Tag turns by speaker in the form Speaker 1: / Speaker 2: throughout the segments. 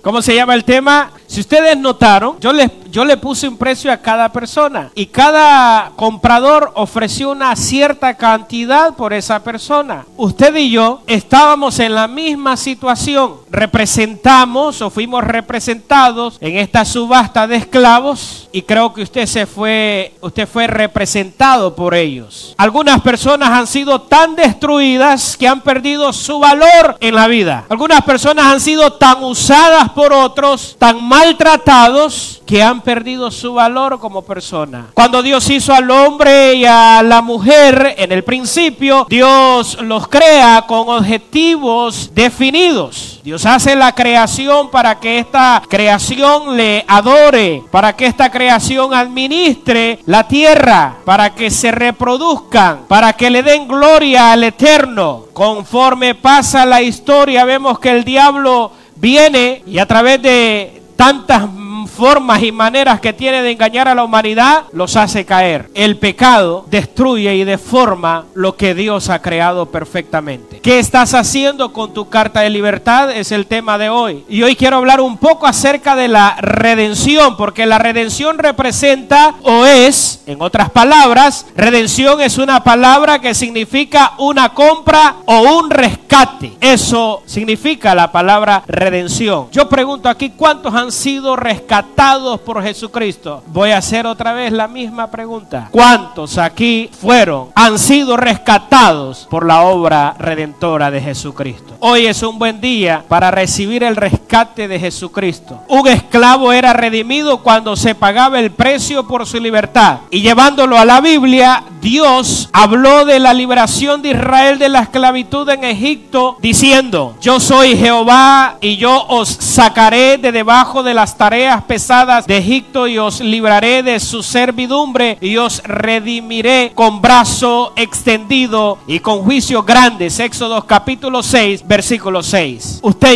Speaker 1: ¿Cómo se llama el tema? Si ustedes notaron, yo le puse un precio a cada persona y cada comprador ofreció una cierta cantidad por esa persona. Usted y yo estábamos en la misma situación. Representamos o fuimos representados en esta subasta de esclavos y creo que usted fue representado por ellos. Algunas personas han sido tan destruidas que han perdido su valor en la vida. Algunas personas han sido tan usadas por otros, tan maltratados, que han perdido su valor como persona. Cuando Dios hizo al hombre y a la mujer en el principio, Dios los crea con objetivos definidos. Dios hace la creación para que esta creación le adore, para que esta creación administre la tierra, para que se reproduzcan, para que le den gloria al Eterno. Conforme pasa la historia, vemos que el diablo viene y a través de tantas formas y maneras que tiene de engañar a la humanidad, los hace caer. El pecado destruye y deforma lo que Dios ha creado perfectamente. ¿Qué estás haciendo con tu carta de libertad? Es el tema de hoy. Y hoy quiero hablar un poco acerca de la redención, porque la redención representa o es, en otras palabras, redención es una palabra que significa una compra o un rescate. Eso significa la palabra redención. Yo pregunto aquí, ¿cuántos han sido rescatados por Jesucristo? Voy a hacer otra vez la misma pregunta. ¿Cuántos aquí han sido rescatados por la obra redentora de Jesucristo? Hoy es un buen día para recibir el rescate de Jesucristo. Un esclavo era redimido cuando se pagaba el precio por su libertad. Y llevándolo a la Biblia, Dios habló de la liberación de Israel de la esclavitud en Egipto, diciendo: yo soy Jehová y yo os sacaré de debajo de las tareas pesadas de Egipto y os libraré de su servidumbre y os redimiré con brazo extendido y con juicios grandes. Éxodo capítulo 6, versículo 6. Usted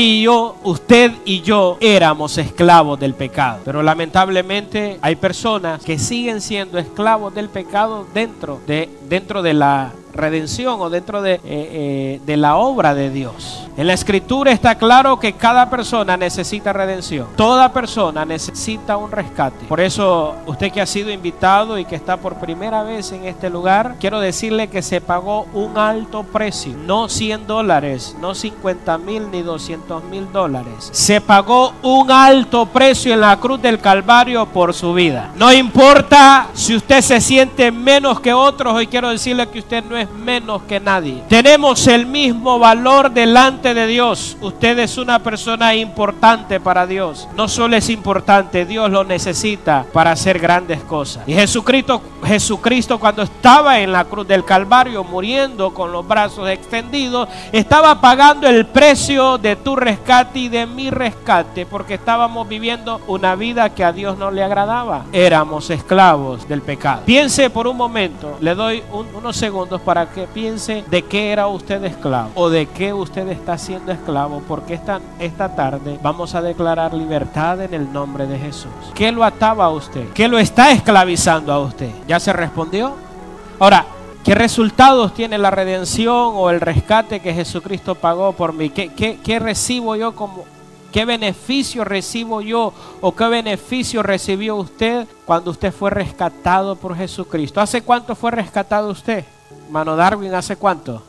Speaker 1: y yo éramos esclavos del pecado, pero lamentablemente hay personas que siguen siendo esclavos del pecado dentro de la redención o dentro de la obra de Dios. En la escritura está claro que cada persona necesita redención. Toda persona necesita un rescate. Por eso usted que ha sido invitado y que está por primera vez en este lugar, quiero decirle que se pagó un alto precio. No $100, no 50,000 ni 200,000 dólares. Se pagó un alto precio en la cruz del Calvario por su vida. No importa si usted se siente menos que otros, hoy quiero decirle que usted no es menos que nadie. Tenemos el mismo valor delante de Dios. Usted es una persona importante para Dios. No solo es importante, Dios lo necesita para hacer grandes cosas. Y Jesucristo cuando estaba en la cruz del Calvario muriendo con los brazos extendidos, estaba pagando el precio de tu rescate y de mi rescate, porque estábamos viviendo una vida que a Dios no le agradaba. Éramos esclavos del pecado. Piense por un momento, le doy unos segundos para que piense de qué era usted esclavo o de qué usted está siendo esclavo, porque esta tarde vamos a declarar libertad en el nombre de Jesús. ¿Qué lo ataba a usted? ¿Qué lo está esclavizando a usted? ¿Ya se respondió? Ahora, ¿qué resultados tiene la redención o el rescate que Jesucristo pagó por mí? ¿Qué recibo yo como... ¿Qué beneficio recibo yo o qué beneficio recibió usted cuando usted fue rescatado por Jesucristo? ¿Hace cuánto fue rescatado usted? Hermano Darwin, ¿hace cuánto?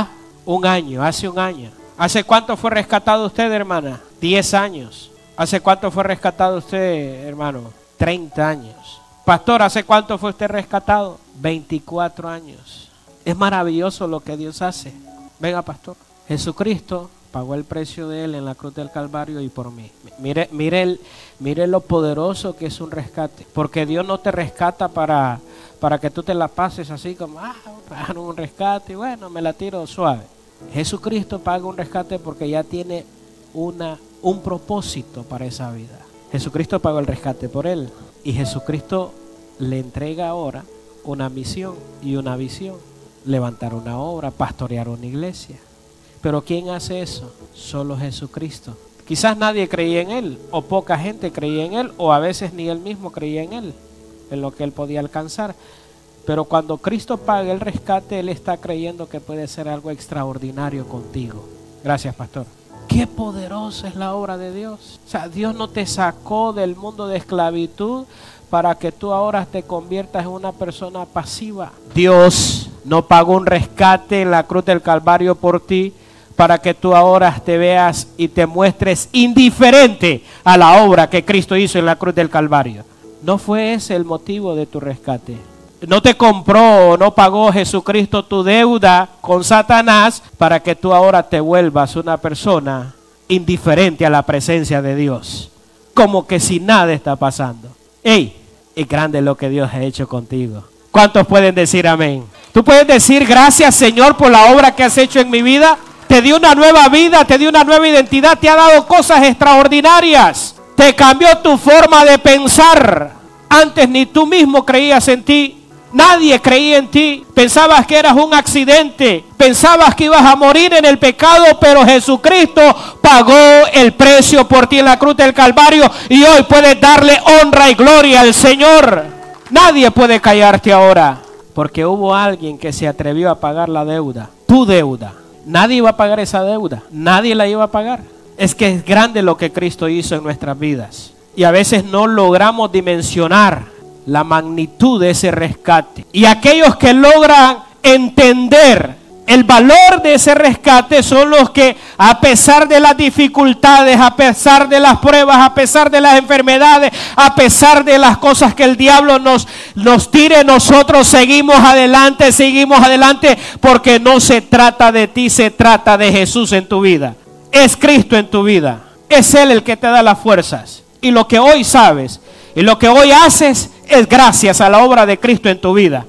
Speaker 1: Hace un año. ¿Hace cuánto fue rescatado usted, hermana? 10 años. ¿Hace cuánto fue rescatado usted, hermano? 30 años. Pastor, ¿hace cuánto fue usted rescatado? 24 años. Es maravilloso lo que Dios hace. Venga, pastor. Jesucristo pagó el precio de él en la cruz del Calvario y por mí. Mire lo poderoso que es un rescate. Porque Dios no te rescata para que tú te la pases así como, un rescate, bueno, me la tiro suave. Jesucristo paga un rescate porque ya tiene un propósito para esa vida. Jesucristo pagó el rescate por él. Y Jesucristo le entrega ahora una misión y una visión. Levantar una obra, pastorear una iglesia. Pero ¿quién hace eso? Solo Jesucristo. Quizás nadie creía en él, o poca gente creía en él, o a veces ni él mismo creía en él, en lo que él podía alcanzar. Pero cuando Cristo paga el rescate, él está creyendo que puede ser algo extraordinario contigo. Gracias, pastor. Qué poderosa es la obra de Dios. O sea, Dios no te sacó del mundo de esclavitud para que tú ahora te conviertas en una persona pasiva. Dios no pagó un rescate en la cruz del Calvario por ti para que tú ahora te veas y te muestres indiferente a la obra que Cristo hizo en la cruz del Calvario. No fue ese el motivo de tu rescate. No te compró o no pagó Jesucristo tu deuda con Satanás para que tú ahora te vuelvas una persona indiferente a la presencia de Dios. Como que si nada está pasando. ¡Ey! Es grande lo que Dios ha hecho contigo. ¿Cuántos pueden decir amén? Tú puedes decir gracias, Señor, por la obra que has hecho en mi vida. Te dio una nueva vida, te dio una nueva identidad, te ha dado cosas extraordinarias. Te cambió tu forma de pensar. Antes ni tú mismo creías en ti. Nadie creía en ti. Pensabas que eras un accidente. Pensabas que ibas a morir en el pecado, pero Jesucristo pagó el precio por ti en la cruz del Calvario y hoy puedes darle honra y gloria al Señor. Nadie puede callarte ahora, porque hubo alguien que se atrevió a pagar la deuda, tu deuda. Nadie iba a pagar esa deuda, nadie la iba a pagar. Es que es grande lo que Cristo hizo en nuestras vidas y a veces no logramos dimensionar la magnitud de ese rescate. Y aquellos que logran entender el valor de ese rescate son los que, a pesar de las dificultades, a pesar de las pruebas, a pesar de las enfermedades, a pesar de las cosas que el diablo nos tire, nosotros seguimos adelante, porque no se trata de ti, se trata de Jesús en tu vida. Es Cristo en tu vida. Es Él el que te da las fuerzas. Y lo que hoy sabes y lo que hoy haces es gracias a la obra de Cristo en tu vida.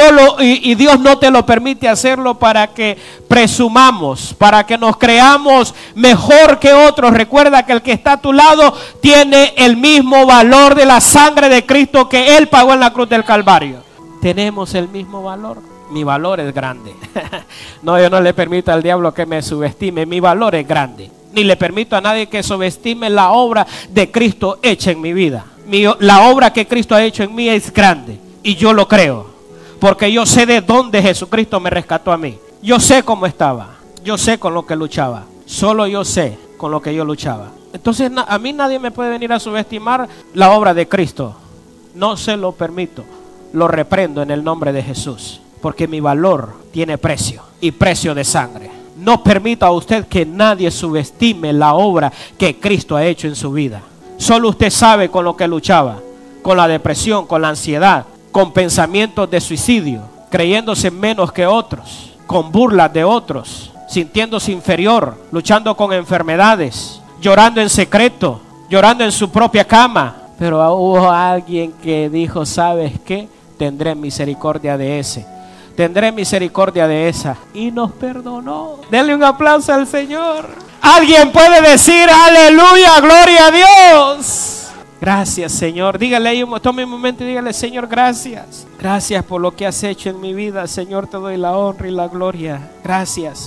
Speaker 1: Y Dios no te lo permite hacerlo para que presumamos, para que nos creamos mejor que otros. Recuerda que el que está a tu lado tiene el mismo valor de la sangre de Cristo que Él pagó en la cruz del Calvario. Tenemos el mismo valor. Mi valor es grande. No, yo no le permito al diablo que me subestime. Mi valor es grande. Ni le permito a nadie que subestime la obra de Cristo hecha en mi vida. La obra que Cristo ha hecho en mí es grande. Y yo lo creo. Porque yo sé de dónde Jesucristo me rescató a mí. Yo sé cómo estaba. Yo sé con lo que luchaba. Solo yo sé con lo que yo luchaba. Entonces a mí nadie me puede venir a subestimar la obra de Cristo. No se lo permito. Lo reprendo en el nombre de Jesús. Porque mi valor tiene precio. Y precio de sangre. No permita a usted que nadie subestime la obra que Cristo ha hecho en su vida. Solo usted sabe con lo que luchaba. Con la depresión, con la ansiedad, con pensamientos de suicidio, creyéndose menos que otros, con burlas de otros, sintiéndose inferior, luchando con enfermedades, llorando en secreto, llorando en su propia cama. Pero hubo alguien que dijo, ¿sabes qué? Tendré misericordia de ese. Tendré misericordia de esa. Y nos perdonó. Denle un aplauso al Señor. Alguien puede decir, aleluya, gloria a Dios. Gracias, Señor. Dígale ahí, tome un momento y dígale, Señor, gracias. Gracias por lo que has hecho en mi vida. Señor, te doy la honra y la gloria. Gracias.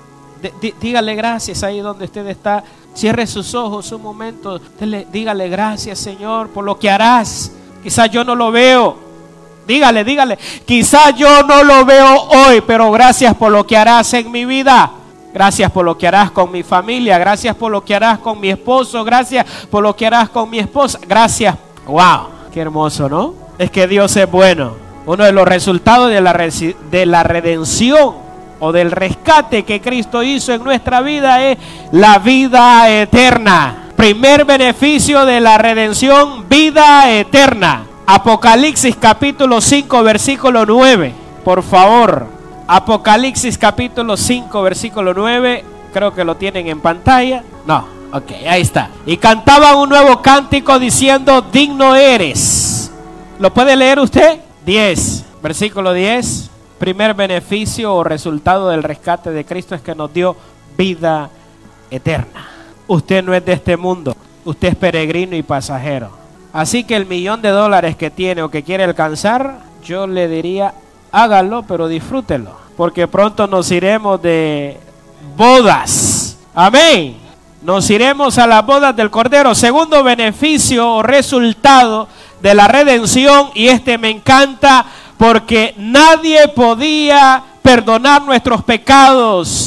Speaker 1: Dígale gracias ahí donde usted está. Cierre sus ojos un momento. Dígale gracias, Señor, por lo que harás. Quizás yo no lo veo. Dígale, quizás yo no lo veo hoy, pero gracias por lo que harás en mi vida. Gracias por lo que harás con mi familia. Gracias por lo que harás con mi esposo. Gracias por lo que harás con mi esposa. Gracias. Wow, qué hermoso, ¿no? Es que Dios es bueno. Uno de los resultados de la redención o del rescate que Cristo hizo en nuestra vida es la vida eterna. Primer beneficio de la redención, vida eterna. Apocalipsis capítulo 5 versículo 9, por favor. Apocalipsis capítulo 5 versículo 9, creo que lo tienen en pantalla. No, ok, ahí está. Y cantaban un nuevo cántico diciendo, digno eres. ¿Lo puede leer usted? 10, versículo 10. Primer beneficio o resultado del rescate de Cristo es que nos dio vida eterna. Usted no es de este mundo, usted es peregrino y pasajero. Así que el $1.000.000 que tiene o que quiere alcanzar, yo le diría, hágalo, pero disfrútelo. Porque pronto nos iremos de bodas. Amén. Nos iremos a las bodas del Cordero. Segundo beneficio o resultado de la redención, y este me encanta porque nadie podía perdonar nuestros pecados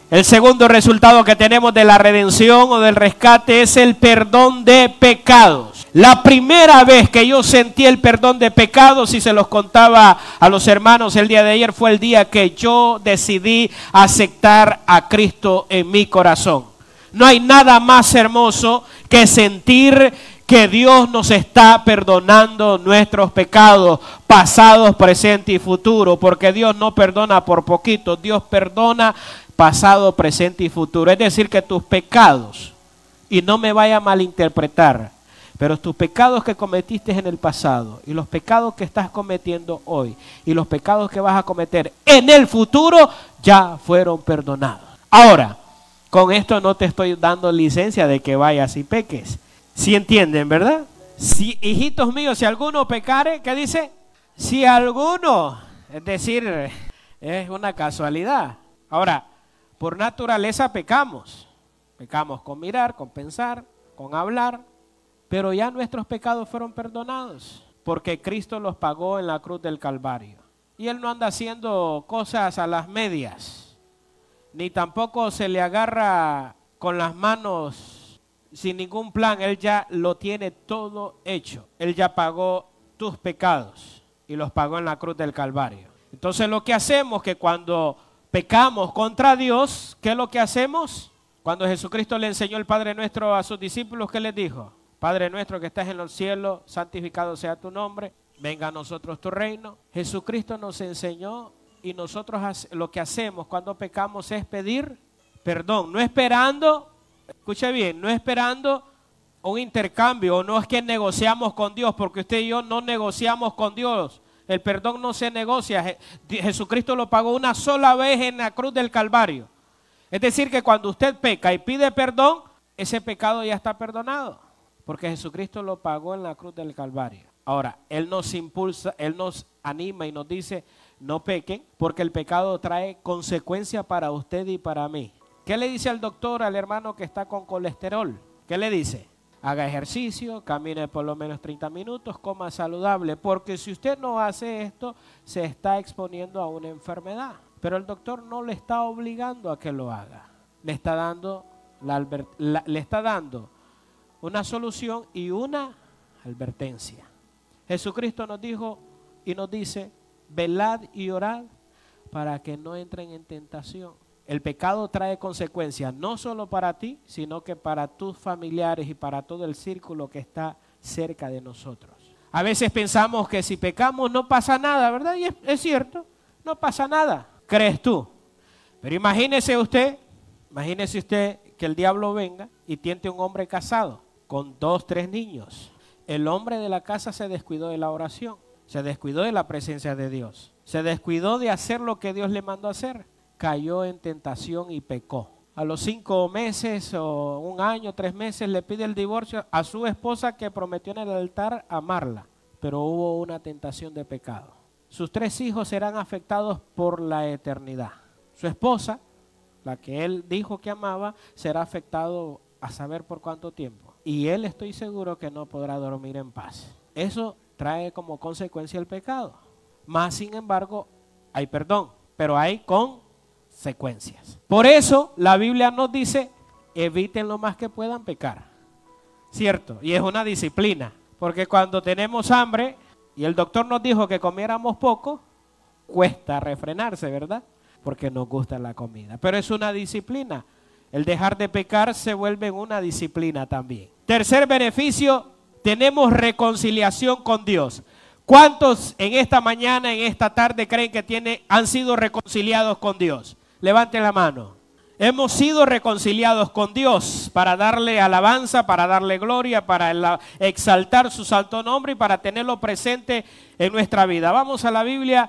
Speaker 1: El segundo resultado que tenemos de la redención o del rescate es el perdón de pecados. La primera vez que yo sentí el perdón de pecados, y se los contaba a los hermanos el día de ayer, fue el día que yo decidí aceptar a Cristo en mi corazón. No hay nada más hermoso que sentir que Dios nos está perdonando nuestros pecados, pasados, presentes y futuros, porque Dios no perdona por poquito, Dios perdona pasado, presente y futuro. Es decir, que tus pecados, y no me vaya a malinterpretar, pero tus pecados que cometiste en el pasado, y los pecados que estás cometiendo hoy, y los pecados que vas a cometer en el futuro, ya fueron perdonados. Ahora, con esto no te estoy dando licencia de que vayas y peques. ¿Sí entienden, verdad? Si, hijitos míos, si alguno pecare, ¿qué dice? Si alguno, es decir, es una casualidad. Ahora, por naturaleza pecamos. Pecamos con mirar, con pensar, con hablar, pero ya nuestros pecados fueron perdonados, porque Cristo los pagó en la cruz del Calvario. Y Él no anda haciendo cosas a las medias, ni tampoco se le agarra con las manos sin ningún plan. Él ya lo tiene todo hecho. Él ya pagó tus pecados y los pagó en la cruz del Calvario. Entonces lo que hacemos es que cuando pecamos contra Dios, ¿qué es lo que hacemos? Cuando Jesucristo le enseñó el Padre Nuestro a sus discípulos, ¿qué les dijo? Padre nuestro que estás en los cielos, santificado sea tu nombre, venga a nosotros tu reino. Jesucristo nos enseñó, y nosotros lo que hacemos cuando pecamos es pedir perdón, no esperando. Escuche bien, no esperando un intercambio, o no es que negociamos con Dios, porque usted y yo no negociamos con Dios. El perdón no se negocia. Jesucristo lo pagó una sola vez en la cruz del Calvario. Es decir, que cuando usted peca y pide perdón, ese pecado ya está perdonado, porque Jesucristo lo pagó en la cruz del Calvario. Ahora, Él nos impulsa, Él nos anima y nos dice, no pequen, porque el pecado trae consecuencias para usted y para mí. ¿Qué le dice al doctor al hermano que está con colesterol? ¿Qué le dice? Haga ejercicio, camine por lo menos 30 minutos, coma saludable, porque si usted no hace esto, se está exponiendo a una enfermedad. Pero el doctor no le está obligando a que lo haga. Le está dando, una solución y una advertencia. Jesucristo nos dijo y nos dice, velad y orad para que no entren en tentación. El pecado trae consecuencias, no solo para ti, sino que para tus familiares y para todo el círculo que está cerca de nosotros. A veces pensamos que si pecamos no pasa nada, ¿verdad? Y es cierto, no pasa nada, crees tú. Pero imagínese usted que el diablo venga y tiente a un hombre casado con 2, 3 niños. El hombre de la casa se descuidó de la oración, se descuidó de la presencia de Dios, se descuidó de hacer lo que Dios le mandó a hacer. Cayó en tentación y pecó. A los 5 meses o 1 año, 3 meses le pide el divorcio a su esposa, que prometió en el altar amarla, pero hubo una tentación de pecado. Sus 3 hijos serán afectados por la eternidad. Su esposa, la que él dijo que amaba, será afectado a saber por cuánto tiempo. Y él, estoy seguro, que no podrá dormir en paz. Eso trae como consecuencia el pecado. Más sin embargo, hay perdón, pero hay consecuencias. Por eso la Biblia nos dice, eviten lo más que puedan pecar, ¿cierto? Y es una disciplina, porque cuando tenemos hambre y el doctor nos dijo que comiéramos poco, cuesta refrenarse, ¿verdad? Porque nos gusta la comida, pero es una disciplina. El dejar de pecar se vuelve una disciplina también. Tercer beneficio, tenemos reconciliación con Dios. ¿Cuántos en esta mañana, en esta tarde, creen que han sido reconciliados con Dios? Levanten la mano. Hemos sido reconciliados con Dios para darle alabanza, para darle gloria, para exaltar su santo nombre y para tenerlo presente en nuestra vida. Vamos a la Biblia,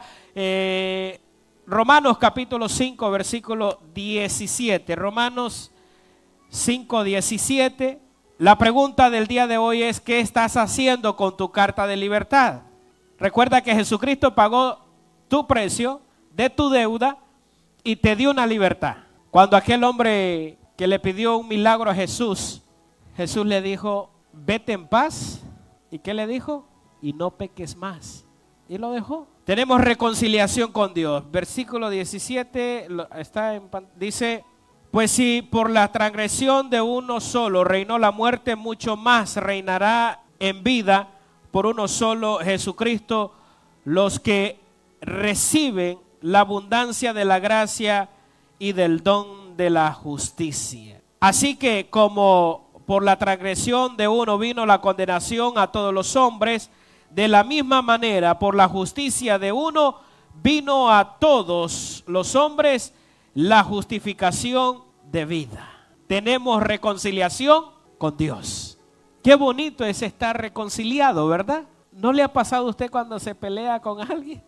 Speaker 1: Romanos capítulo 5, versículo 17. Romanos 5, 17. La pregunta del día de hoy es, ¿qué estás haciendo con tu carta de libertad? Recuerda que Jesucristo pagó tu precio de tu deuda y te dio una libertad. Cuando aquel hombre que le pidió un milagro a Jesús, Jesús le dijo, vete en paz. ¿Y qué le dijo? Y no peques más. Y lo dejó. Tenemos reconciliación con Dios. Versículo 17 dice, Pues si por la transgresión de uno solo reinó la muerte, mucho más reinará en vida por uno solo, Jesucristo, los que reciben la abundancia de la gracia y del don de la justicia. Así que como por la transgresión de uno vino la condenación a todos los hombres, de la misma manera por la justicia de uno vino a todos los hombres la justificación de vida. Tenemos reconciliación con Dios. Qué bonito es estar reconciliado, ¿verdad? ¿No le ha pasado a usted cuando se pelea con alguien?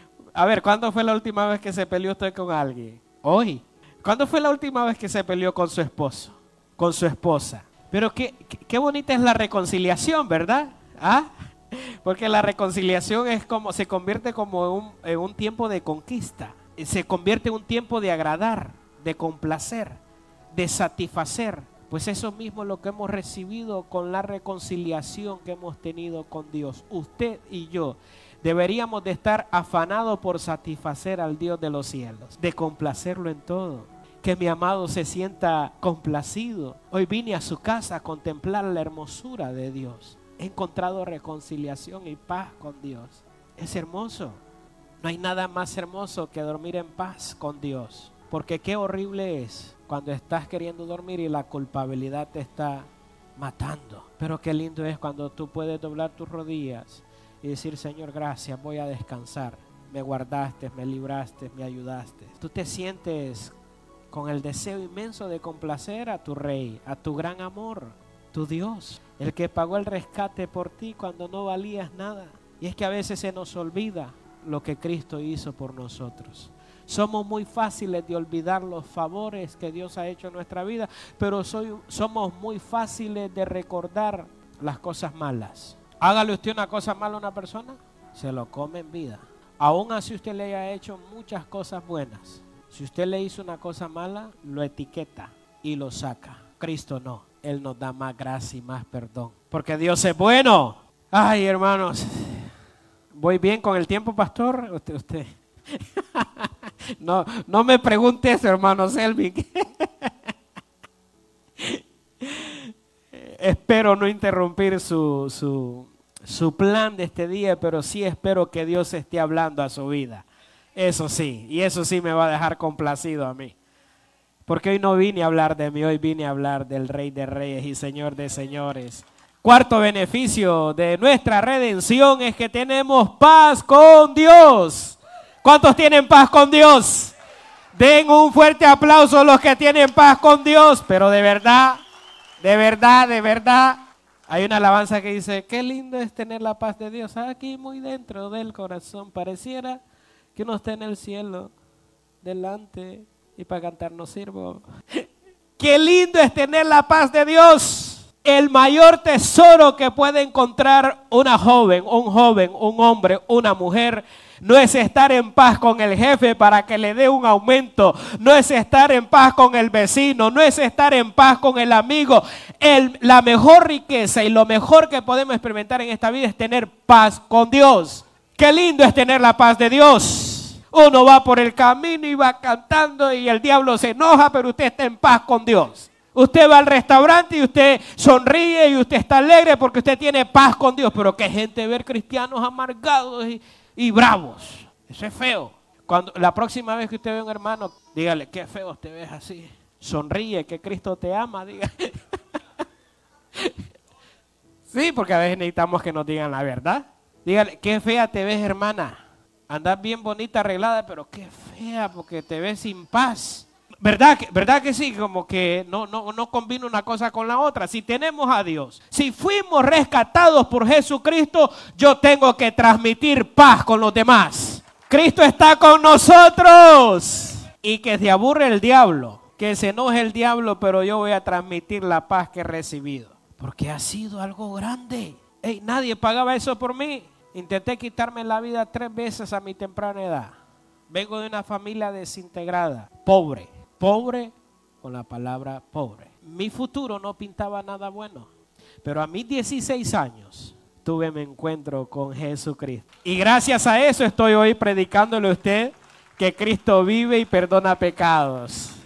Speaker 1: A ver, ¿cuándo fue la última vez que se peleó usted con alguien? Hoy. ¿Cuándo fue la última vez que se peleó con su esposo? Con su esposa. Pero qué bonita es la reconciliación, ¿verdad? ¿Ah? Porque la reconciliación es como, se convierte como en un tiempo de conquista. Se convierte en un tiempo de agradar, de complacer, de satisfacer. Pues eso mismo es lo que hemos recibido con la reconciliación que hemos tenido con Dios. Usted y yo deberíamos de estar afanados por satisfacer al Dios de los cielos, de complacerlo en todo. Que mi amado se sienta complacido. Hoy vine a su casa a contemplar la hermosura de Dios. He encontrado reconciliación y paz con Dios. Es hermoso. No hay nada más hermoso que dormir en paz con Dios. Porque qué horrible es cuando estás queriendo dormir y la culpabilidad te está matando. Pero qué lindo es cuando tú puedes doblar tus rodillas y decir: Señor, gracias, voy a descansar. Me guardaste, me libraste, me ayudaste. Tú te sientes con el deseo inmenso de complacer a tu Rey, a tu gran amor, tu Dios, el que pagó el rescate por ti cuando no valías nada. Y es que a veces se nos olvida lo que Cristo hizo por nosotros. Somos muy fáciles de olvidar los favores que Dios ha hecho en nuestra vida, pero somos muy fáciles de recordar las cosas malas. Hágale usted una cosa mala a una persona, se lo come en vida. Aún así usted le haya hecho muchas cosas buenas. Si usted le hizo una cosa mala, lo etiqueta y lo saca. Cristo no, Él nos da más gracia y más perdón. Porque Dios es bueno. Ay, hermanos, ¿voy bien con el tiempo, pastor? Usted. No me pregunte eso, hermano Selvin. Espero no interrumpir su plan de este día, pero sí espero que Dios esté hablando a su vida. Eso sí, y eso sí me va a dejar complacido a mí. Porque hoy no vine a hablar de mí, hoy vine a hablar del Rey de Reyes y Señor de Señores. Cuarto beneficio de nuestra redención es que tenemos paz con Dios. ¿Cuántos tienen paz con Dios? Den un fuerte aplauso a los que tienen paz con Dios. Pero de verdad, de verdad, de verdad. Hay una alabanza que dice: qué lindo es tener la paz de Dios aquí muy dentro del corazón. Pareciera que uno está en el cielo, delante, y para cantar no sirvo. Qué lindo es tener la paz de Dios. El mayor tesoro que puede encontrar una joven, un hombre, una mujer, no es estar en paz con el jefe para que le dé un aumento, no es estar en paz con el vecino, no es estar en paz con el amigo. La mejor riqueza y lo mejor que podemos experimentar en esta vida es tener paz con Dios. Qué lindo es tener la paz de Dios. Uno va por el camino y va cantando y el diablo se enoja, pero usted está en paz con Dios. Usted va al restaurante y usted sonríe y usted está alegre porque usted tiene paz con Dios. Pero qué gente ver cristianos amargados y bravos. Eso es feo. Cuando la próxima vez que usted ve a un hermano, dígale: qué feo te ves así. Sonríe, que Cristo te ama, diga. Sí, porque a veces necesitamos que nos digan la verdad. Dígale: qué fea te ves, hermana. Andas bien bonita, arreglada, pero qué fea porque te ves sin paz. ¿Verdad que sí? Como que no combina una cosa con la otra. Si tenemos a Dios, si fuimos rescatados por Jesucristo, yo tengo que transmitir paz con los demás. Cristo está con nosotros. Y que se aburre el diablo, que se enoje el diablo, pero yo voy a transmitir la paz que he recibido. Porque ha sido algo grande. Nadie pagaba eso por mí. Intenté quitarme la vida 3 veces a mi temprana edad. Vengo de una familia desintegrada, pobre con la palabra pobre. Mi futuro no pintaba nada bueno, pero a mis 16 años tuve mi encuentro con Jesucristo. Y gracias a eso estoy hoy predicándole a usted que Cristo vive y perdona pecados.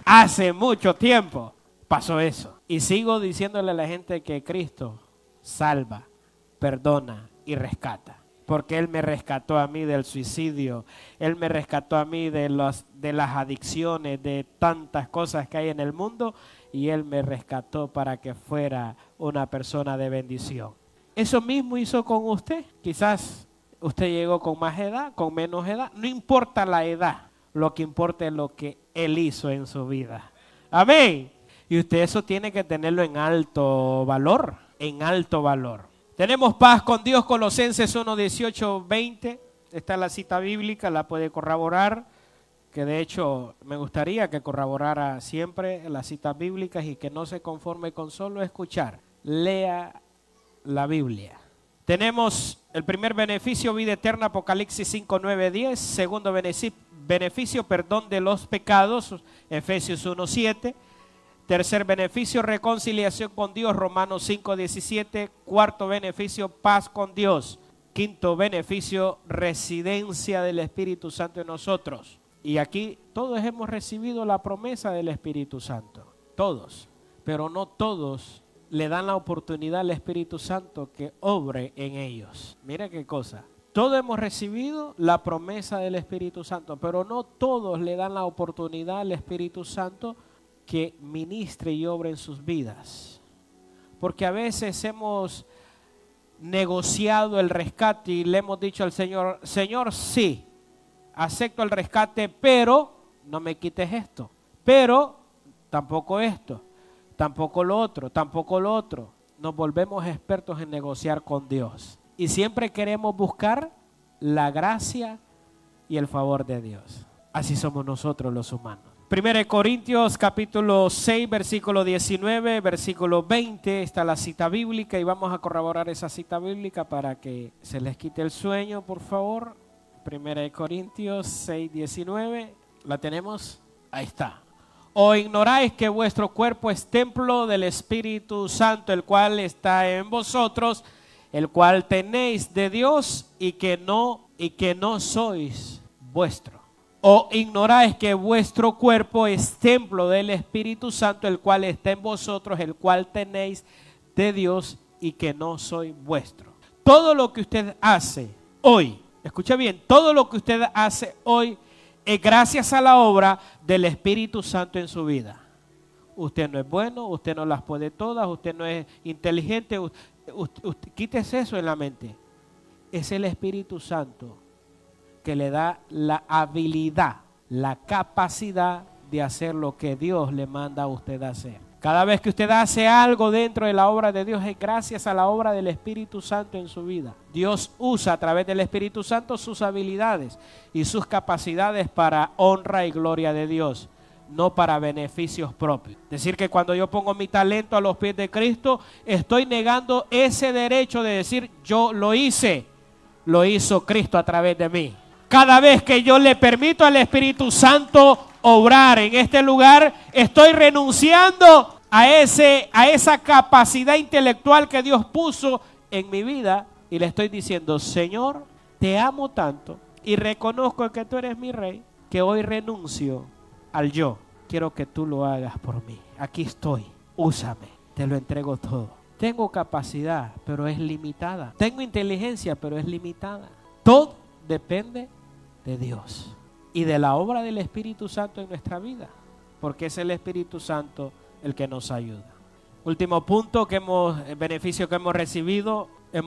Speaker 1: Hace mucho tiempo pasó eso. Y sigo diciéndole a la gente que Cristo salva, perdona y rescata. Porque Él me rescató a mí del suicidio. Él me rescató a mí de las adicciones, de tantas cosas que hay en el mundo. Y Él me rescató para que fuera una persona de bendición. Eso mismo hizo con usted. Quizás usted llegó con más edad, con menos edad. No importa la edad. Lo que importa es lo que Él hizo en su vida. Amén. Y usted eso tiene que tenerlo en alto valor. En alto valor. Tenemos paz con Dios, Colosenses 1, 18, 20. Esta es la cita bíblica, la puede corroborar. Que de hecho me gustaría que corroborara siempre las citas bíblicas y que no se conforme con solo escuchar. Lea la Biblia. Tenemos el primer beneficio, vida eterna, Apocalipsis 5, 9, 10. Segundo beneficio, perdón de los pecados, Efesios 1, 7. Tercer beneficio, reconciliación con Dios, Romanos 5, 17. Cuarto beneficio, paz con Dios. Quinto beneficio, residencia del Espíritu Santo en nosotros. Y aquí todos hemos recibido la promesa del Espíritu Santo. Todos. Pero no todos le dan la oportunidad al Espíritu Santo que obre en ellos. Mira qué cosa. Todos hemos recibido la promesa del Espíritu Santo, pero no todos le dan la oportunidad al Espíritu Santo que ministre y obre en sus vidas. Porque a veces hemos negociado el rescate y le hemos dicho al Señor, Señor, sí, acepto el rescate, pero no me quites esto, pero tampoco esto, tampoco lo otro, tampoco lo otro. Nos volvemos expertos en negociar con Dios y siempre queremos buscar la gracia y el favor de Dios. Así somos nosotros los humanos. 1 Corintios capítulo 6, versículo 19, versículo 20, está la cita bíblica y vamos a corroborar esa cita bíblica para que se les quite el sueño, por favor. 1 Corintios 6, 19, ¿la tenemos? Ahí está. ¿O ignoráis que vuestro cuerpo es templo del Espíritu Santo, el cual está en vosotros, el cual tenéis de Dios y que no sois vuestro? ¿O ignoráis que vuestro cuerpo es templo del Espíritu Santo, el cual está en vosotros, el cual tenéis de Dios y que no soy vuestro? Todo lo que usted hace hoy, escucha bien, todo lo que usted hace hoy es gracias a la obra del Espíritu Santo en su vida. Usted no es bueno, usted no las puede todas, usted no es inteligente, quítese eso en la mente. Es el Espíritu Santo que le da la habilidad, la capacidad de hacer lo que Dios le manda a usted hacer. Cada vez que usted hace algo dentro de la obra de Dios es gracias a la obra del Espíritu Santo en su vida. Dios usa a través del Espíritu Santo sus habilidades y sus capacidades para honra y gloria de Dios, no para beneficios propios. Decir que cuando yo pongo mi talento a los pies de Cristo, estoy negando ese derecho de decir yo lo hice, lo hizo Cristo a través de mí. Cada vez que yo le permito al Espíritu Santo obrar en este lugar, estoy renunciando a esa capacidad intelectual que Dios puso en mi vida y le estoy diciendo, Señor, te amo tanto y reconozco que tú eres mi Rey, que hoy renuncio al yo. Quiero que tú lo hagas por mí. Aquí estoy, úsame, te lo entrego todo. Tengo capacidad, pero es limitada. Tengo inteligencia, pero es limitada. Todo depende de Dios y de la obra del Espíritu Santo en nuestra vida, porque es el Espíritu Santo el que nos ayuda. Último punto, el beneficio que hemos recibido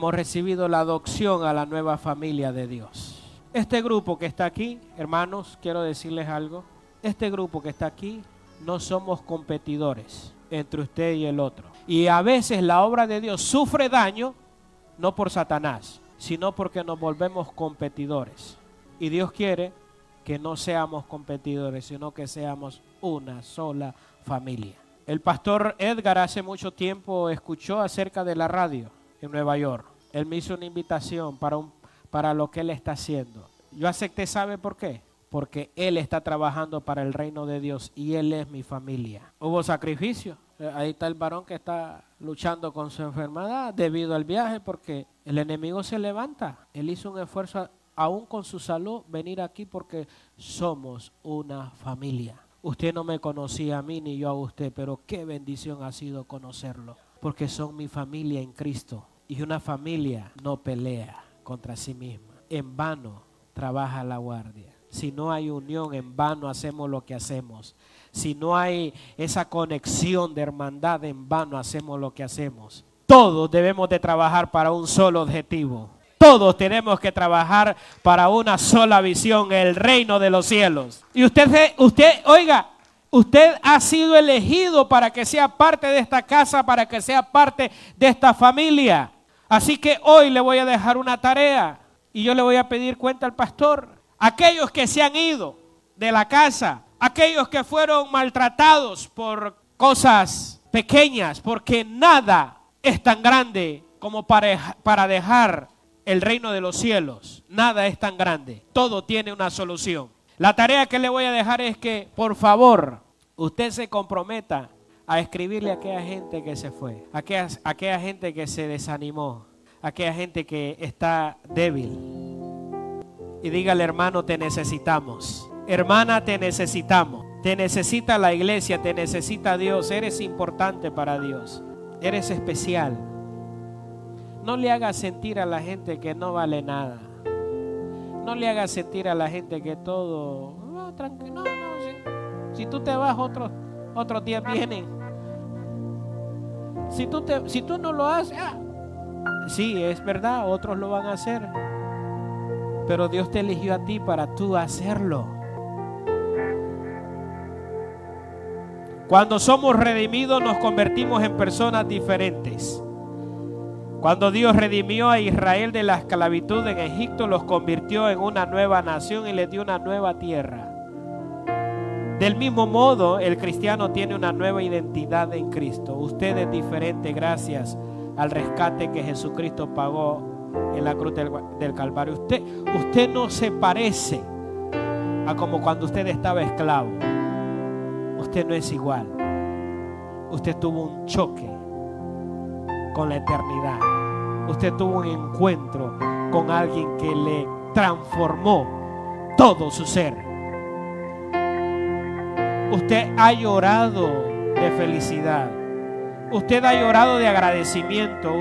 Speaker 1: la adopción a la nueva familia de Dios. Este grupo que está aquí, hermanos, quiero decirles algo, este grupo que está aquí, no somos competidores entre usted y el otro. Y a veces la obra de Dios sufre daño, no por Satanás, sino porque nos volvemos competidores. Y Dios quiere que no seamos competidores, sino que seamos una sola familia. El pastor Edgar hace mucho tiempo escuchó acerca de la radio en Nueva York. Él me hizo una invitación para lo que él está haciendo. Yo acepté, ¿sabe por qué? Porque él está trabajando para el reino de Dios y él es mi familia. Hubo sacrificio. Ahí está el varón que está luchando con su enfermedad debido al viaje porque el enemigo se levanta. Él hizo un esfuerzo aún con su salud venir aquí porque somos una familia. Usted no me conocía a mí ni yo a usted, pero qué bendición ha sido conocerlo, porque son mi familia en Cristo. Y una familia no pelea contra sí misma. En vano trabaja la guardia. Si no hay unión, en vano hacemos lo que hacemos. Si no hay esa conexión de hermandad, en vano hacemos lo que hacemos. Todos debemos de trabajar para un solo objetivo. Todos tenemos que trabajar para una sola visión, el reino de los cielos. Y usted, oiga, usted ha sido elegido para que sea parte de esta casa, para que sea parte de esta familia. Así que hoy le voy a dejar una tarea y yo le voy a pedir cuenta al pastor. Aquellos que se han ido de la casa, aquellos que fueron maltratados por cosas pequeñas, porque nada es tan grande como para dejar el reino de los cielos. Nada es tan grande, todo tiene una solución. La tarea que le voy a dejar es que, por favor, usted se comprometa a escribirle a aquella gente que se fue, a aquella gente que se desanimó, a aquella gente que está débil. Y dígale: hermano, te necesitamos. Hermana, te necesitamos. Te necesita la iglesia, te necesita Dios. Eres importante para Dios. Eres especial. No le hagas sentir a la gente que no vale nada. No le hagas sentir a la gente que todo... No, tranquilo, no. Si tú te vas, otros días vienen. Si tú no lo haces... Sí, es verdad, otros lo van a hacer. Pero Dios te eligió a ti para tú hacerlo. Cuando somos redimidos nos convertimos en personas diferentes. Cuando Dios redimió a Israel de la esclavitud en Egipto, los convirtió en una nueva nación y les dio una nueva tierra. Del mismo modo, el cristiano tiene una nueva identidad en Cristo. Usted es diferente gracias al rescate que Jesucristo pagó en la cruz del Calvario. Usted no se parece a como cuando usted estaba esclavo. Usted no es igual. Usted tuvo un choque con la eternidad. Usted tuvo un encuentro con alguien que le transformó todo su ser. Usted ha llorado de felicidad. Usted ha llorado de agradecimiento.